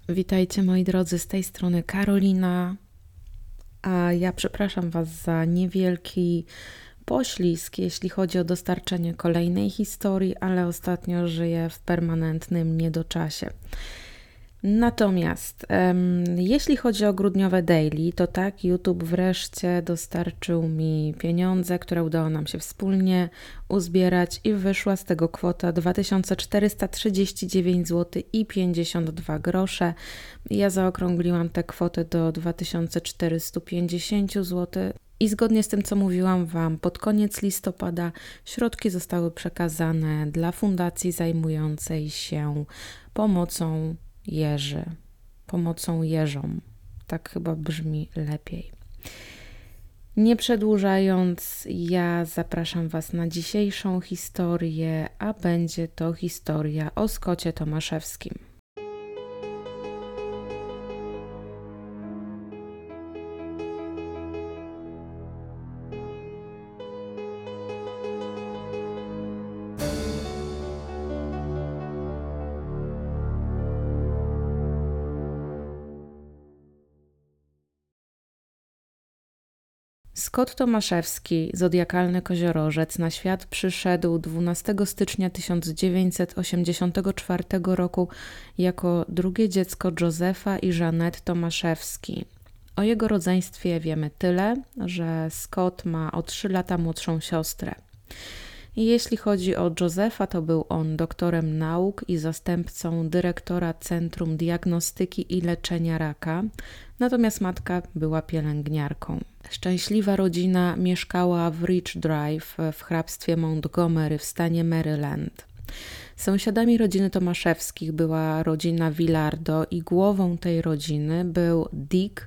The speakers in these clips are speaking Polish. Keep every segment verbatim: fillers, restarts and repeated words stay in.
Witajcie moi drodzy, z tej strony Karolina, a ja przepraszam Was za niewielki poślizg, jeśli chodzi o dostarczenie kolejnej historii, ale ostatnio żyję w permanentnym niedoczasie. Natomiast um, jeśli chodzi o grudniowe daily, to tak, YouTube wreszcie dostarczył mi pieniądze, które udało nam się wspólnie uzbierać i wyszła z tego kwota dwa tysiące czterysta trzydzieści dziewięć złotych i pięćdziesiąt dwa grosze. Ja zaokrągliłam tę kwotę do dwa tysiące czterysta pięćdziesiąt złotych. I zgodnie z tym, co mówiłam Wam, pod koniec listopada środki zostały przekazane dla fundacji zajmującej się pomocą jeży, pomocą jeżom. Tak chyba brzmi lepiej. Nie przedłużając, ja zapraszam Was na dzisiejszą historię, a będzie to historia o Scottie Tomaszewskim. Scott Tomaszewski, zodiakalny koziorożec, na świat przyszedł dwunastego stycznia tysiąc dziewięćset osiemdziesiątego czwartego roku jako drugie dziecko Józefa i Jeanette Tomaszewski. O jego rodzeństwie wiemy tyle, że Scott ma o trzy lata młodszą siostrę. I jeśli chodzi o Józefa, to był on doktorem nauk i zastępcą dyrektora Centrum Diagnostyki i Leczenia Raka, natomiast matka była pielęgniarką. Szczęśliwa rodzina mieszkała w Ridge Drive w hrabstwie Montgomery w stanie Maryland. Sąsiadami rodziny Tomaszewskich była rodzina Villardo i głową tej rodziny był Dick,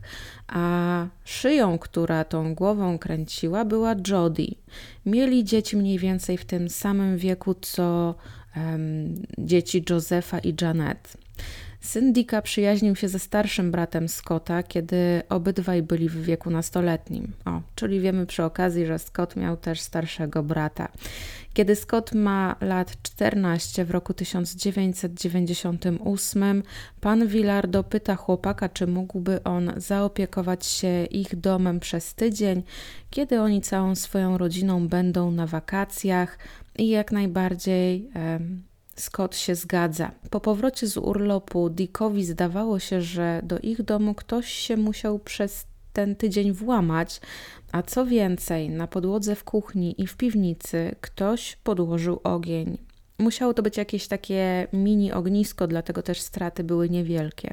a szyją, która tą głową kręciła, była Jody. Mieli dzieci mniej więcej w tym samym wieku, co um, dzieci Józefa i Jeanette. Syn Dicka przyjaźnił się ze starszym bratem Scotta, kiedy obydwaj byli w wieku nastoletnim. O, czyli wiemy przy okazji, że Scott miał też starszego brata. Kiedy Scott ma lat czternaście w roku tysiąc dziewięćset dziewięćdziesiątym ósmym, pan Villardo pyta chłopaka, czy mógłby on zaopiekować się ich domem przez tydzień, kiedy oni całą swoją rodziną będą na wakacjach i jak najbardziej e, Scott się zgadza. Po powrocie z urlopu Dickowi zdawało się, że do ich domu ktoś się musiał przez ten tydzień włamać, a co więcej, na podłodze w kuchni i w piwnicy ktoś podłożył ogień. Musiało to być jakieś takie mini ognisko, dlatego też straty były niewielkie.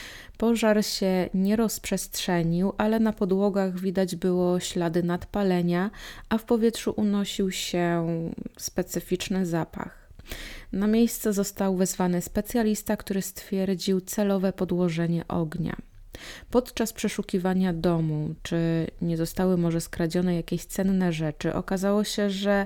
Pożar się nie rozprzestrzenił, ale na podłogach widać było ślady nadpalenia, a w powietrzu unosił się specyficzny zapach. Na miejsce został wezwany specjalista, który stwierdził celowe podłożenie ognia. Podczas przeszukiwania domu, czy nie zostały może skradzione jakieś cenne rzeczy, okazało się, że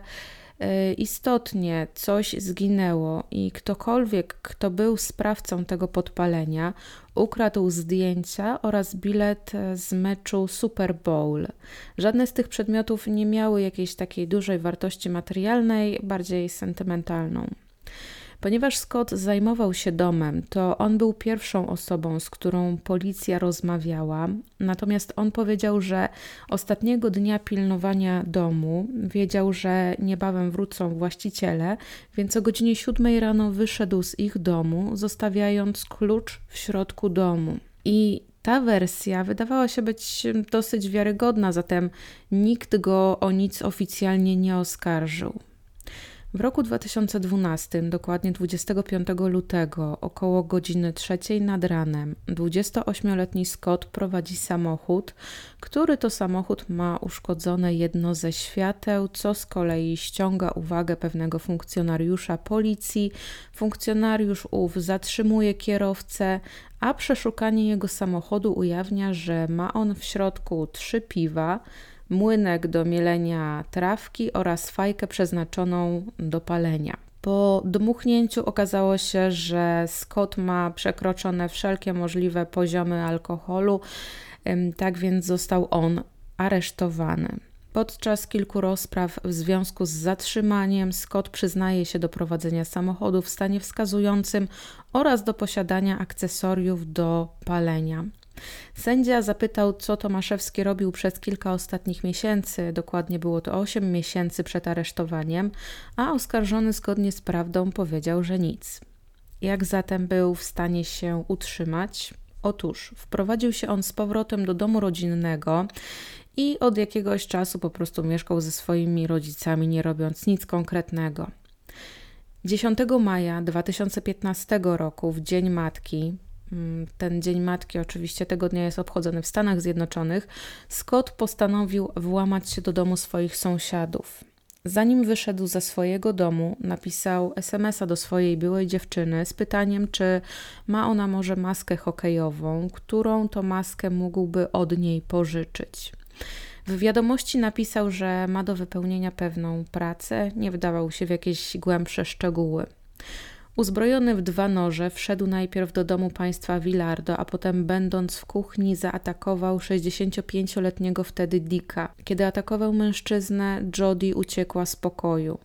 y, istotnie coś zginęło i ktokolwiek, kto był sprawcą tego podpalenia, ukradł zdjęcia oraz bilet z meczu Super Bowl. Żadne z tych przedmiotów nie miały jakiejś takiej dużej wartości materialnej, bardziej sentymentalną. Ponieważ Scott zajmował się domem, to on był pierwszą osobą, z którą policja rozmawiała, natomiast on powiedział, że ostatniego dnia pilnowania domu wiedział, że niebawem wrócą właściciele, więc o godzinie siódmej rano wyszedł z ich domu, zostawiając klucz w środku domu. I ta wersja wydawała się być dosyć wiarygodna, zatem nikt go o nic oficjalnie nie oskarżył. W roku dwa tysiące dwunastym, dokładnie dwudziestego piątego lutego, około godziny trzeciej nad ranem, dwudziestoośmioletni Scott prowadzi samochód, który to samochód ma uszkodzone jedno ze świateł, co z kolei ściąga uwagę pewnego funkcjonariusza policji. Funkcjonariusz ów zatrzymuje kierowcę, a przeszukanie jego samochodu ujawnia, że ma on w środku trzy piwa, młynek do mielenia trawki oraz fajkę przeznaczoną do palenia. Po dmuchnięciu okazało się, że Scott ma przekroczone wszelkie możliwe poziomy alkoholu, tak więc został on aresztowany. Podczas kilku rozpraw w związku z zatrzymaniem Scott przyznaje się do prowadzenia samochodu w stanie wskazującym oraz do posiadania akcesoriów do palenia. Sędzia zapytał, co Tomaszewski robił przez kilka ostatnich miesięcy, dokładnie było to osiem miesięcy przed aresztowaniem, a oskarżony zgodnie z prawdą powiedział, że nic. Jak zatem był w stanie się utrzymać? Otóż wprowadził się on z powrotem do domu rodzinnego i od jakiegoś czasu po prostu mieszkał ze swoimi rodzicami, nie robiąc nic konkretnego. dziesiątego maja dwa tysiące piętnastego roku, w Dzień Matki, ten Dzień Matki oczywiście tego dnia jest obchodzony w Stanach Zjednoczonych, Scott postanowił włamać się do domu swoich sąsiadów. Zanim wyszedł ze swojego domu, napisał es em es a do swojej byłej dziewczyny z pytaniem, czy ma ona może maskę hokejową, którą to maskę mógłby od niej pożyczyć. W wiadomości napisał, że ma do wypełnienia pewną pracę, nie wdawał się w jakieś głębsze szczegóły. Uzbrojony w dwa noże wszedł najpierw do domu państwa Villardo, a potem będąc w kuchni zaatakował sześćdziesięciopięcioletniego wtedy Dicka. Kiedy atakował mężczyznę, Jody uciekła z pokoju.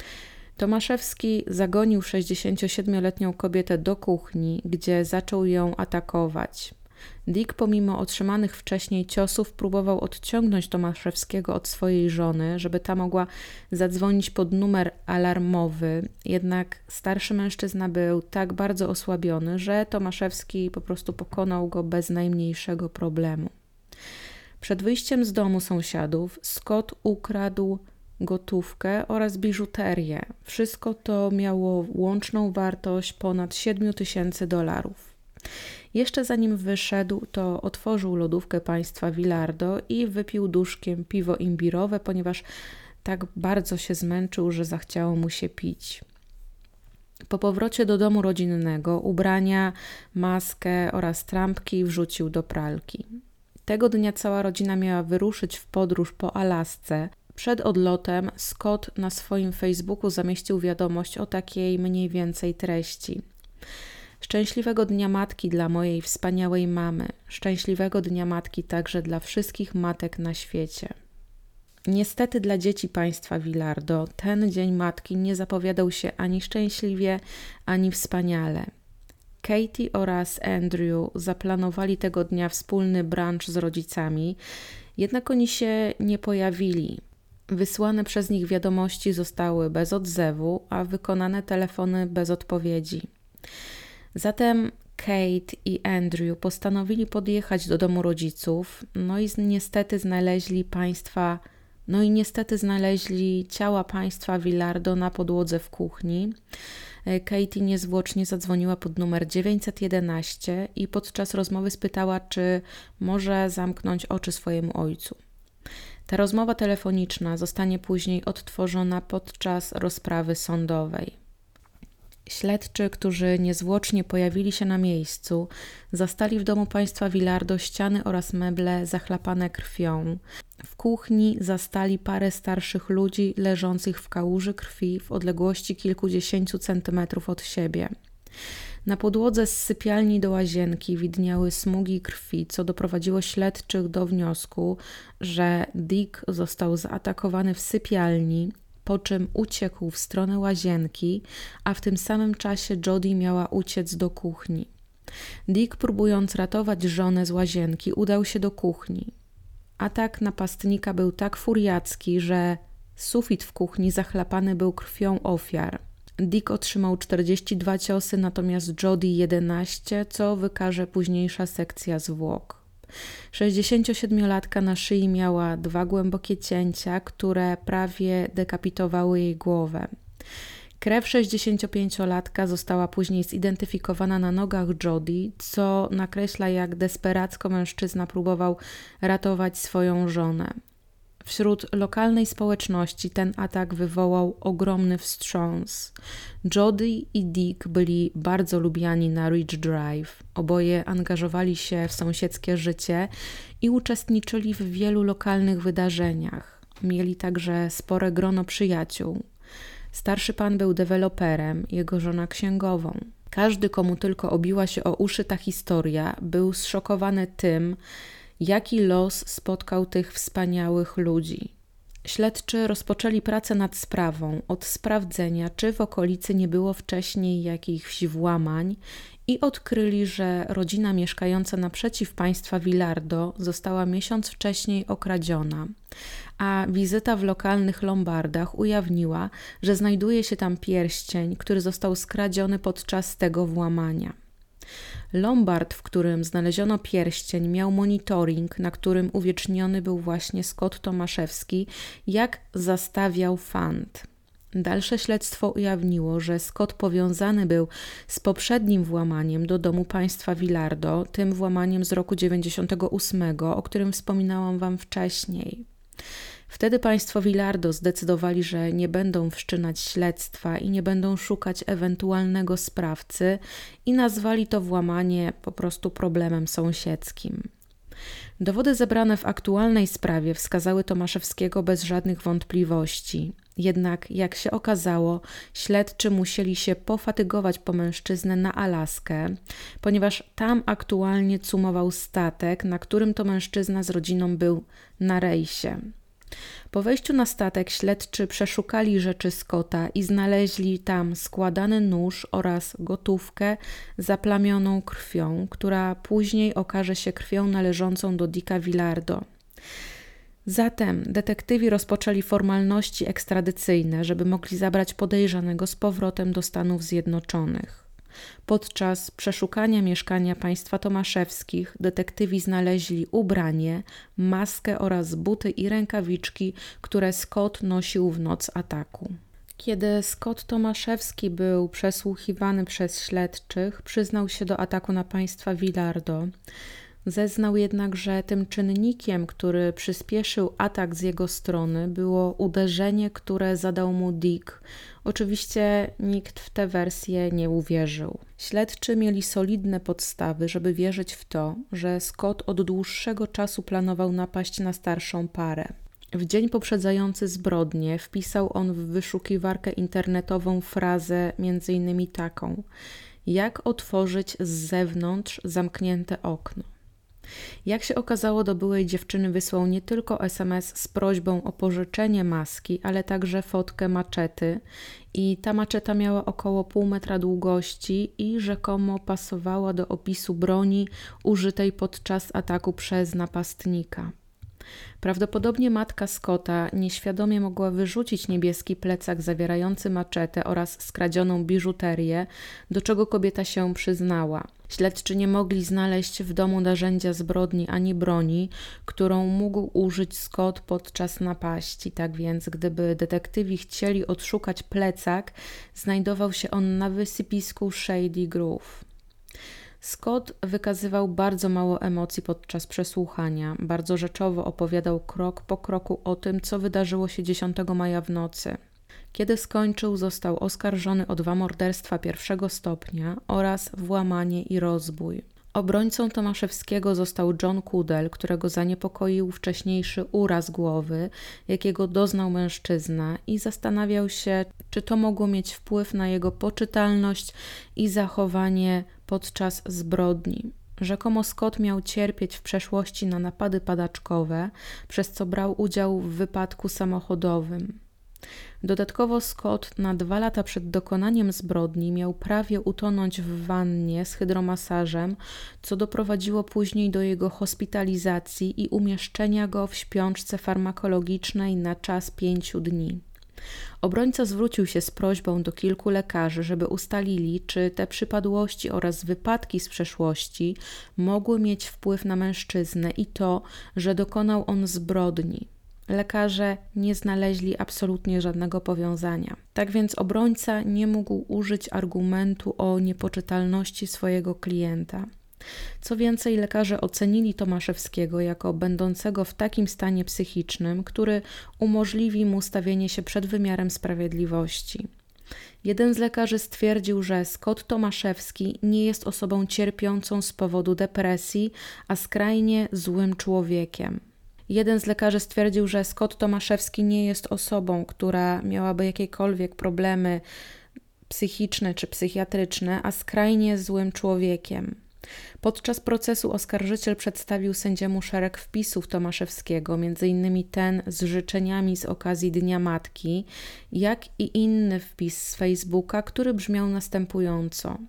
Tomaszewski zagonił sześćdziesięciosiedmioletnią kobietę do kuchni, gdzie zaczął ją atakować. Dick pomimo otrzymanych wcześniej ciosów próbował odciągnąć Tomaszewskiego od swojej żony, żeby ta mogła zadzwonić pod numer alarmowy, jednak starszy mężczyzna był tak bardzo osłabiony, że Tomaszewski po prostu pokonał go bez najmniejszego problemu. Przed wyjściem z domu sąsiadów Scott ukradł gotówkę oraz biżuterię. Wszystko to miało łączną wartość ponad siedem tysięcy dolarów. Jeszcze zanim wyszedł, to otworzył lodówkę państwa Villardo i wypił duszkiem piwo imbirowe, ponieważ tak bardzo się zmęczył, że zachciało mu się pić. Po powrocie do domu rodzinnego ubrania, maskę oraz trampki wrzucił do pralki. Tego dnia cała rodzina miała wyruszyć w podróż po Alasce. Przed odlotem Scott na swoim Facebooku zamieścił wiadomość o takiej mniej więcej treści. Szczęśliwego Dnia Matki dla mojej wspaniałej mamy. Szczęśliwego Dnia Matki także dla wszystkich matek na świecie. Niestety dla dzieci państwa Villardo ten Dzień Matki nie zapowiadał się ani szczęśliwie, ani wspaniale. Katie oraz Andrew zaplanowali tego dnia wspólny brunch z rodzicami, jednak oni się nie pojawili. Wysłane przez nich wiadomości zostały bez odzewu, a wykonane telefony bez odpowiedzi. Zatem Kate i Andrew postanowili podjechać do domu rodziców, no i niestety znaleźli państwa, no i niestety znaleźli ciała państwa Villardo na podłodze w kuchni. Katie niezwłocznie zadzwoniła pod numer dziewięćset jedenaście i podczas rozmowy spytała, czy może zamknąć oczy swojemu ojcu. Ta rozmowa telefoniczna zostanie później odtworzona podczas rozprawy sądowej. Śledczy, którzy niezwłocznie pojawili się na miejscu, zastali w domu państwa Villardo ściany oraz meble zachlapane krwią. W kuchni zastali parę starszych ludzi leżących w kałuży krwi w odległości kilkudziesięciu centymetrów od siebie. Na podłodze z sypialni do łazienki widniały smugi krwi, co doprowadziło śledczych do wniosku, że Dick został zaatakowany w sypialni, po czym uciekł w stronę łazienki, a w tym samym czasie Jody miała uciec do kuchni. Dick, próbując ratować żonę z łazienki, udał się do kuchni. Atak napastnika był tak furiacki, że sufit w kuchni zachlapany był krwią ofiar. Dick otrzymał czterdzieści dwa ciosy, natomiast Jody jedenaście, co wykaże późniejsza sekcja zwłok. sześćdziesięciosiedmiolatka na szyi miała dwa głębokie cięcia, które prawie dekapitowały jej głowę. Krew sześćdziesięciopięciolatka została później zidentyfikowana na nogach Jody, co nakreśla, jak desperacko mężczyzna próbował ratować swoją żonę. Wśród lokalnej społeczności ten atak wywołał ogromny wstrząs. Jody i Dick byli bardzo lubiani na Ridge Drive. Oboje angażowali się w sąsiedzkie życie i uczestniczyli w wielu lokalnych wydarzeniach. Mieli także spore grono przyjaciół. Starszy pan był deweloperem, jego żona księgową. Każdy, komu tylko obiła się o uszy ta historia, był zszokowany tym, jaki los spotkał tych wspaniałych ludzi. Śledczy rozpoczęli pracę nad sprawą od sprawdzenia, czy w okolicy nie było wcześniej jakichś włamań i odkryli, że rodzina mieszkająca naprzeciw państwa Villardo została miesiąc wcześniej okradziona, a wizyta w lokalnych lombardach ujawniła, że znajduje się tam pierścień, który został skradziony podczas tego włamania. Lombard, w którym znaleziono pierścień, miał monitoring, na którym uwieczniony był właśnie Scott Tomaszewski, jak zastawiał fant. Dalsze śledztwo ujawniło, że Scott powiązany był z poprzednim włamaniem do domu państwa Villardo, tym włamaniem z roku dziewięćdziesiątego ósmego, o którym wspominałam wam wcześniej. Wtedy państwo Villardo zdecydowali, że nie będą wszczynać śledztwa i nie będą szukać ewentualnego sprawcy i nazwali to włamanie po prostu problemem sąsiedzkim. Dowody zebrane w aktualnej sprawie wskazały Tomaszewskiego bez żadnych wątpliwości. Jednak, jak się okazało, śledczy musieli się pofatygować po mężczyznę na Alaskę, ponieważ tam aktualnie cumował statek, na którym to mężczyzna z rodziną był na rejsie. Po wejściu na statek śledczy przeszukali rzeczy Scotta i znaleźli tam składany nóż oraz gotówkę zaplamioną krwią, która później okaże się krwią należącą do Dicka Villardo. Zatem detektywi rozpoczęli formalności ekstradycyjne, żeby mogli zabrać podejrzanego z powrotem do Stanów Zjednoczonych. Podczas przeszukania mieszkania państwa Tomaszewskich detektywi znaleźli ubranie, maskę oraz buty i rękawiczki, które Scott nosił w noc ataku. Kiedy Scott Tomaszewski był przesłuchiwany przez śledczych, przyznał się do ataku na państwa Villardo. Zeznał jednak, że tym czynnikiem, który przyspieszył atak z jego strony, było uderzenie, które zadał mu Dick. Oczywiście nikt w tę wersję nie uwierzył. Śledczy mieli solidne podstawy, żeby wierzyć w to, że Scott od dłuższego czasu planował napaść na starszą parę. W dzień poprzedzający zbrodnię wpisał on w wyszukiwarkę internetową frazę między innymi taką: jak otworzyć z zewnątrz zamknięte okno. Jak się okazało, do byłej dziewczyny wysłał nie tylko es em es z prośbą o pożyczenie maski, ale także fotkę maczety i ta maczeta miała około pół metra długości i rzekomo pasowała do opisu broni użytej podczas ataku przez napastnika. Prawdopodobnie matka Scotta nieświadomie mogła wyrzucić niebieski plecak zawierający maczetę oraz skradzioną biżuterię, do czego kobieta się przyznała. Śledczy nie mogli znaleźć w domu narzędzia zbrodni ani broni, którą mógł użyć Scott podczas napaści. Tak więc, gdyby detektywi chcieli odszukać plecak, znajdował się on na wysypisku Shady Grove. Scott wykazywał bardzo mało emocji podczas przesłuchania, bardzo rzeczowo opowiadał krok po kroku o tym, co wydarzyło się dziesiątego maja w nocy. Kiedy skończył, został oskarżony o dwa morderstwa pierwszego stopnia oraz włamanie i rozbój. Obrońcą Tomaszewskiego został John Kudel, którego zaniepokoił wcześniejszy uraz głowy, jakiego doznał mężczyzna i zastanawiał się, czy to mogło mieć wpływ na jego poczytalność i zachowanie podczas zbrodni. Rzekomo Scott miał cierpieć w przeszłości na napady padaczkowe, przez co brał udział w wypadku samochodowym. Dodatkowo Scott na dwa lata przed dokonaniem zbrodni miał prawie utonąć w wannie z hydromasażem, co doprowadziło później do jego hospitalizacji i umieszczenia go w śpiączce farmakologicznej na czas pięciu dni. Obrońca zwrócił się z prośbą do kilku lekarzy, żeby ustalili, czy te przypadłości oraz wypadki z przeszłości mogły mieć wpływ na mężczyznę i to, że dokonał on zbrodni. Lekarze nie znaleźli absolutnie żadnego powiązania. Tak więc obrońca nie mógł użyć argumentu o niepoczytalności swojego klienta. Co więcej, lekarze ocenili Tomaszewskiego jako będącego w takim stanie psychicznym, który umożliwi mu stawienie się przed wymiarem sprawiedliwości. Jeden z lekarzy stwierdził, że Scott Tomaszewski nie jest osobą cierpiącą z powodu depresji, a skrajnie złym człowiekiem. Jeden z lekarzy stwierdził, że Scott Tomaszewski nie jest osobą, która miałaby jakiekolwiek problemy psychiczne czy psychiatryczne, a skrajnie złym człowiekiem. Podczas procesu oskarżyciel przedstawił sędziemu szereg wpisów Tomaszewskiego, między innymi ten z życzeniami z okazji Dnia Matki, jak i inny wpis z Facebooka, który brzmiał następująco.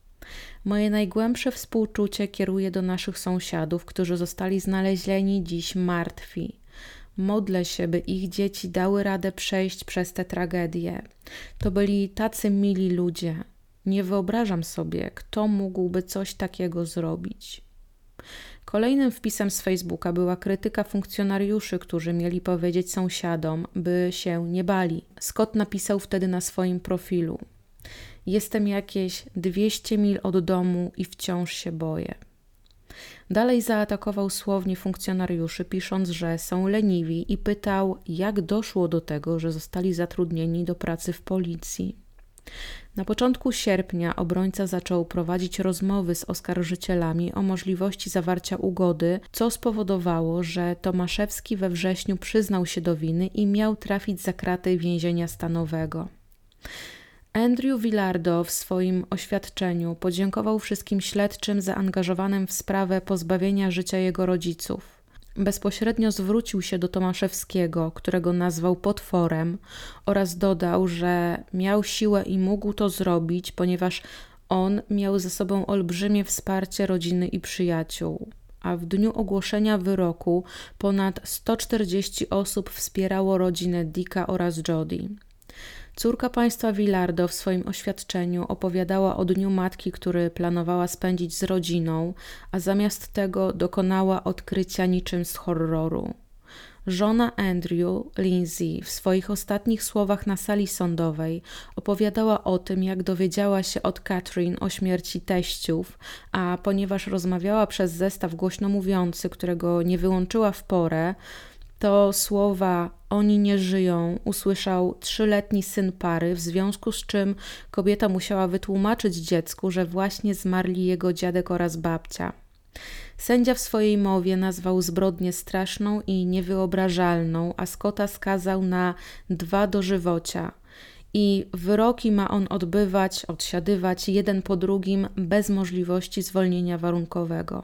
Moje najgłębsze współczucie kieruję do naszych sąsiadów, którzy zostali znalezieni dziś martwi. Modlę się, by ich dzieci dały radę przejść przez tę tragedię. To byli tacy mili ludzie. Nie wyobrażam sobie, kto mógłby coś takiego zrobić. Kolejnym wpisem z Facebooka była krytyka funkcjonariuszy, którzy mieli powiedzieć sąsiadom, by się nie bali. Scott napisał wtedy na swoim profilu: jestem jakieś dwieście mil od domu i wciąż się boję. Dalej zaatakował słownie funkcjonariuszy, pisząc, że są leniwi, i pytał, jak doszło do tego, że zostali zatrudnieni do pracy w policji. Na początku sierpnia obrońca zaczął prowadzić rozmowy z oskarżycielami o możliwości zawarcia ugody, co spowodowało, że Tomaszewski we wrześniu przyznał się do winy i miał trafić za kraty więzienia stanowego. Andrew Villardo w swoim oświadczeniu podziękował wszystkim śledczym zaangażowanym w sprawę pozbawienia życia jego rodziców. Bezpośrednio zwrócił się do Tomaszewskiego, którego nazwał potworem, oraz dodał, że miał siłę i mógł to zrobić, ponieważ on miał ze sobą olbrzymie wsparcie rodziny i przyjaciół. A w dniu ogłoszenia wyroku ponad sto czterdzieści osób wspierało rodzinę Dicka oraz Jody. Córka państwa Villardo w swoim oświadczeniu opowiadała o Dniu Matki, który planowała spędzić z rodziną, a zamiast tego dokonała odkrycia niczym z horroru. Żona Andrew, Lindsay, w swoich ostatnich słowach na sali sądowej opowiadała o tym, jak dowiedziała się od Catherine o śmierci teściów, a ponieważ rozmawiała przez zestaw głośno mówiący, którego nie wyłączyła w porę, to słowa „oni nie żyją” usłyszał trzyletni syn pary, w związku z czym kobieta musiała wytłumaczyć dziecku, że właśnie zmarli jego dziadek oraz babcia. Sędzia w swojej mowie nazwał zbrodnię straszną i niewyobrażalną, a Scotta skazał na dwa dożywocia. I wyroki ma on odbywać, odsiadywać jeden po drugim bez możliwości zwolnienia warunkowego.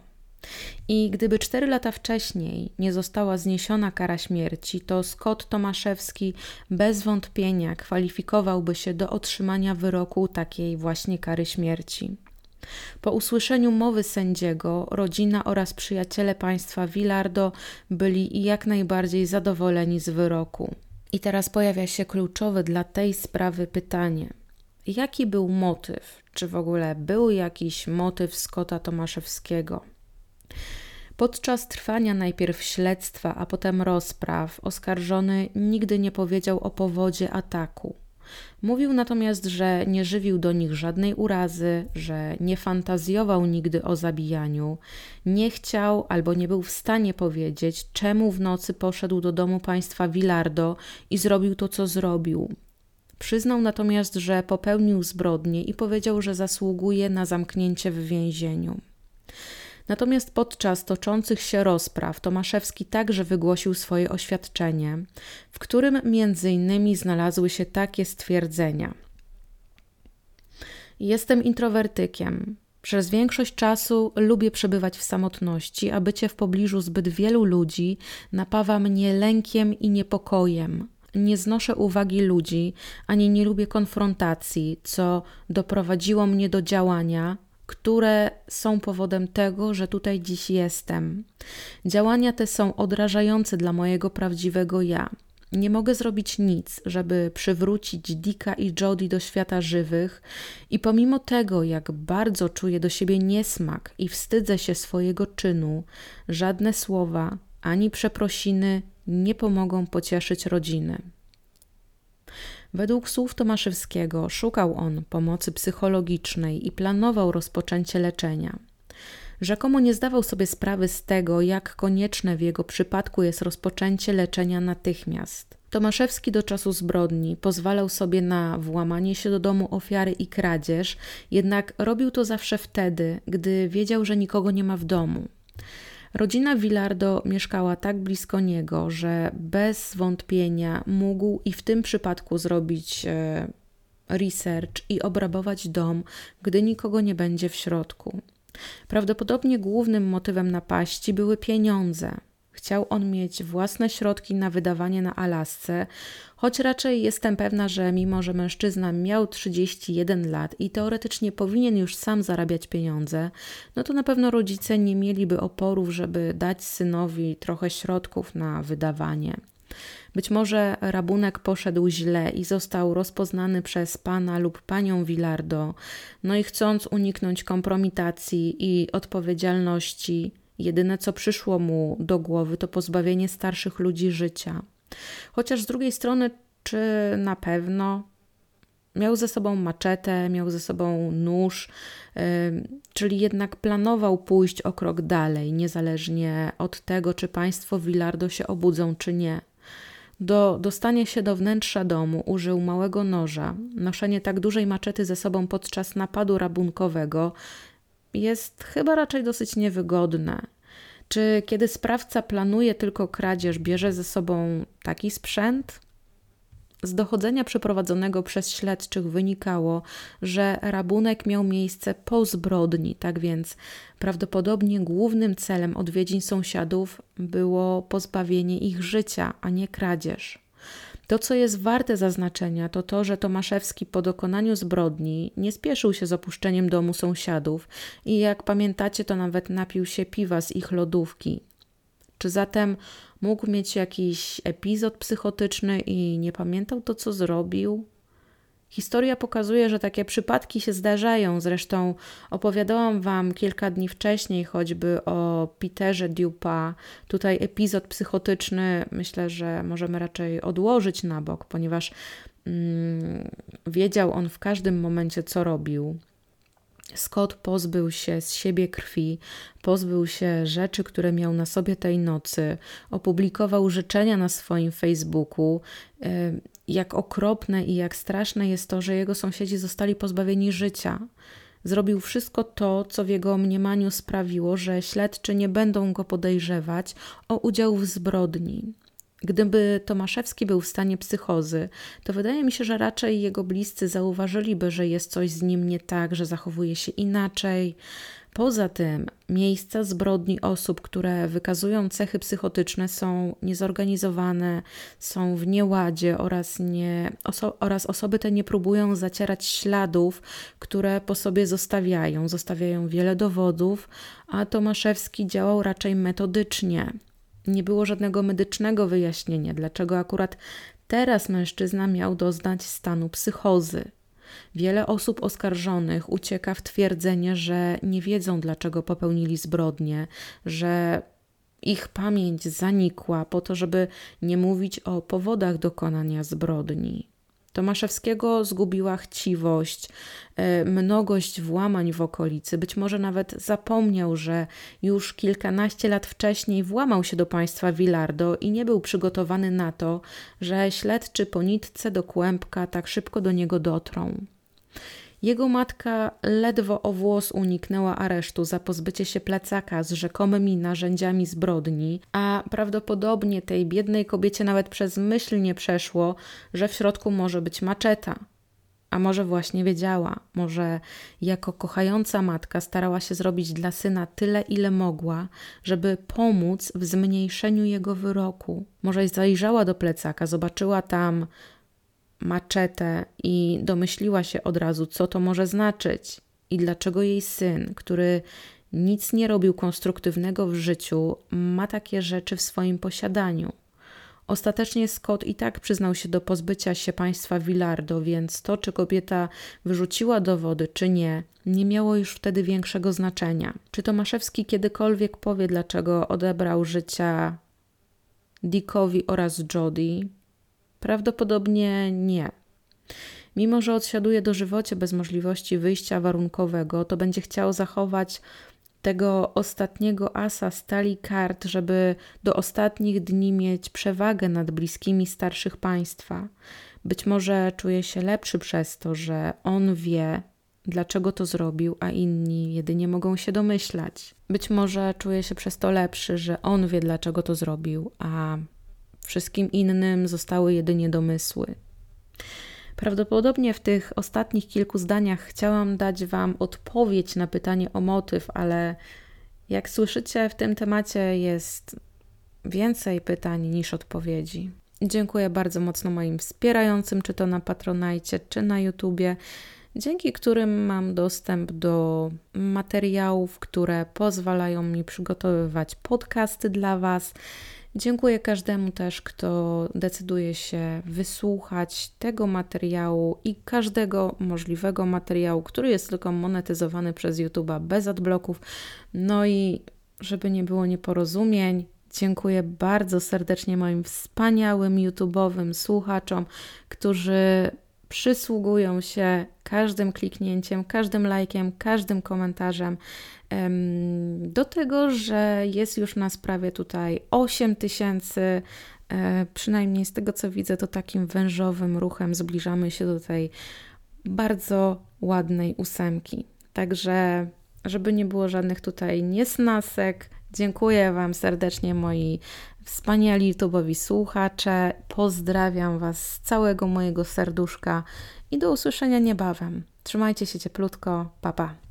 I gdyby cztery lata wcześniej nie została zniesiona kara śmierci, to Scott Tomaszewski bez wątpienia kwalifikowałby się do otrzymania wyroku takiej właśnie kary śmierci. Po usłyszeniu mowy sędziego, rodzina oraz przyjaciele państwa Villardo byli jak najbardziej zadowoleni z wyroku. I teraz pojawia się kluczowe dla tej sprawy pytanie. Jaki był motyw? Czy w ogóle był jakiś motyw Scotta Tomaszewskiego? Podczas trwania najpierw śledztwa, a potem rozpraw, oskarżony nigdy nie powiedział o powodzie ataku. Mówił natomiast, że nie żywił do nich żadnej urazy, że nie fantazjował nigdy o zabijaniu, nie chciał albo nie był w stanie powiedzieć, czemu w nocy poszedł do domu państwa Villardo i zrobił to, co zrobił. Przyznał natomiast, że popełnił zbrodnię i powiedział, że zasługuje na zamknięcie w więzieniu. Natomiast podczas toczących się rozpraw Tomaszewski także wygłosił swoje oświadczenie, w którym między innymi znalazły się takie stwierdzenia. Jestem introwertykiem. Przez większość czasu lubię przebywać w samotności, a bycie w pobliżu zbyt wielu ludzi napawa mnie lękiem i niepokojem. Nie znoszę uwagi ludzi, ani nie lubię konfrontacji, co doprowadziło mnie do działania, które są powodem tego, że tutaj dziś jestem. Działania te są odrażające dla mojego prawdziwego ja. Nie mogę zrobić nic, żeby przywrócić Dicka i Jody do świata żywych i pomimo tego, jak bardzo czuję do siebie niesmak i wstydzę się swojego czynu, żadne słowa ani przeprosiny nie pomogą pocieszyć rodziny. Według słów Tomaszewskiego szukał on pomocy psychologicznej i planował rozpoczęcie leczenia. Rzekomo nie zdawał sobie sprawy z tego, jak konieczne w jego przypadku jest rozpoczęcie leczenia natychmiast. Tomaszewski do czasu zbrodni pozwalał sobie na włamanie się do domu ofiary i kradzież, jednak robił to zawsze wtedy, gdy wiedział, że nikogo nie ma w domu. Rodzina Villardo mieszkała tak blisko niego, że bez wątpienia mógł i w tym przypadku zrobić e, research i obrabować dom, gdy nikogo nie będzie w środku. Prawdopodobnie głównym motywem napaści były pieniądze. Chciał on mieć własne środki na wydawanie na Alasce, choć raczej jestem pewna, że mimo że mężczyzna miał trzydzieści jeden lat i teoretycznie powinien już sam zarabiać pieniądze, no to na pewno rodzice nie mieliby oporów, żeby dać synowi trochę środków na wydawanie. Być może rabunek poszedł źle i został rozpoznany przez pana lub panią Villardo, no i chcąc uniknąć kompromitacji i odpowiedzialności, jedyne co przyszło mu do głowy to pozbawienie starszych ludzi życia. Chociaż z drugiej strony, czy na pewno? Miał ze sobą maczetę, miał ze sobą nóż, yy, czyli jednak planował pójść o krok dalej, niezależnie od tego, czy państwo Villardo się obudzą, czy nie. Do dostania się do wnętrza domu użył małego noża. Noszenie tak dużej maczety ze sobą podczas napadu rabunkowego jest chyba raczej dosyć niewygodne. Czy kiedy sprawca planuje tylko kradzież, bierze ze sobą taki sprzęt? Z dochodzenia przeprowadzonego przez śledczych wynikało, że rabunek miał miejsce po zbrodni, tak więc prawdopodobnie głównym celem odwiedzin sąsiadów było pozbawienie ich życia, a nie kradzież. To, co jest warte zaznaczenia, to to, że Tomaszewski po dokonaniu zbrodni nie spieszył się z opuszczeniem domu sąsiadów i jak pamiętacie, to nawet napił się piwa z ich lodówki. Czy zatem mógł mieć jakiś epizod psychotyczny i nie pamiętał to, co zrobił? Historia pokazuje, że takie przypadki się zdarzają. Zresztą opowiadałam wam kilka dni wcześniej choćby o Peterze Dupas. Tutaj epizod psychotyczny myślę, że możemy raczej odłożyć na bok, ponieważ mm, wiedział on w każdym momencie, co robił. Scott pozbył się z siebie krwi, pozbył się rzeczy, które miał na sobie tej nocy, opublikował życzenia na swoim Facebooku. Jak okropne i jak straszne jest to, że jego sąsiedzi zostali pozbawieni życia. Zrobił wszystko to, co w jego mniemaniu sprawiło, że śledczy nie będą go podejrzewać o udział w zbrodni. Gdyby Tomaszewski był w stanie psychozy, to wydaje mi się, że raczej jego bliscy zauważyliby, że jest coś z nim nie tak, że zachowuje się inaczej. Poza tym miejsca zbrodni osób, które wykazują cechy psychotyczne, są niezorganizowane, są w nieładzie oraz, nie, oso- oraz osoby te nie próbują zacierać śladów, które po sobie zostawiają. Zostawiają wiele dowodów, a Tomaszewski działał raczej metodycznie. Nie było żadnego medycznego wyjaśnienia, dlaczego akurat teraz mężczyzna miał doznać stanu psychozy. Wiele osób oskarżonych ucieka w twierdzenie, że nie wiedzą, dlaczego popełnili zbrodnię, że ich pamięć zanikła po to, żeby nie mówić o powodach dokonania zbrodni. Tomaszewskiego zgubiła chciwość, mnogość włamań w okolicy. Być może nawet zapomniał, że już kilkanaście lat wcześniej włamał się do państwa Villardo i nie był przygotowany na to, że śledczy po nitce do kłębka tak szybko do niego dotrą. Jego matka ledwo o włos uniknęła aresztu za pozbycie się plecaka z rzekomymi narzędziami zbrodni, a prawdopodobnie tej biednej kobiecie nawet przez myśl nie przeszło, że w środku może być maczeta. A może właśnie wiedziała, może jako kochająca matka starała się zrobić dla syna tyle, ile mogła, żeby pomóc w zmniejszeniu jego wyroku. Może zajrzała do plecaka, zobaczyła tam maczetę i domyśliła się od razu, co to może znaczyć i dlaczego jej syn, który nic nie robił konstruktywnego w życiu, ma takie rzeczy w swoim posiadaniu. Ostatecznie Scott i tak przyznał się do pozbycia się państwa Villardo, więc to, czy kobieta wyrzuciła dowody, czy nie, nie miało już wtedy większego znaczenia. Czy Tomaszewski kiedykolwiek powie, dlaczego odebrał życia Dickowi oraz Jody? Prawdopodobnie nie. Mimo że odsiaduje dożywocie bez możliwości wyjścia warunkowego, to będzie chciał zachować tego ostatniego asa z talii kart, żeby do ostatnich dni mieć przewagę nad bliskimi starszych państwa. Być może czuje się lepszy przez to, że on wie, dlaczego to zrobił, a inni jedynie mogą się domyślać. Być może czuje się przez to lepszy, że on wie, dlaczego to zrobił, a wszystkim innym zostały jedynie domysły. Prawdopodobnie w tych ostatnich kilku zdaniach chciałam dać Wam odpowiedź na pytanie o motyw, ale jak słyszycie, w tym temacie jest więcej pytań niż odpowiedzi. Dziękuję bardzo mocno moim wspierającym, czy to na Patronite, czy na YouTubie, dzięki którym mam dostęp do materiałów, które pozwalają mi przygotowywać podcasty dla Was. Dziękuję każdemu też, kto decyduje się wysłuchać tego materiału i każdego możliwego materiału, który jest tylko monetyzowany przez YouTube'a bez adbloków. No i żeby nie było nieporozumień, dziękuję bardzo serdecznie moim wspaniałym YouTube'owym słuchaczom, którzy przysługują się każdym kliknięciem, każdym lajkiem, każdym komentarzem em, do tego, że jest już nas prawie tutaj osiem tysięcy, e, przynajmniej z tego co widzę, to takim wężowym ruchem zbliżamy się do tej bardzo ładnej ósemki. Także, żeby nie było żadnych tutaj niesnasek, dziękuję Wam serdecznie, moi wspaniali YouTube'owi słuchacze. Pozdrawiam Was z całego mojego serduszka i do usłyszenia niebawem. Trzymajcie się cieplutko. Pa, pa.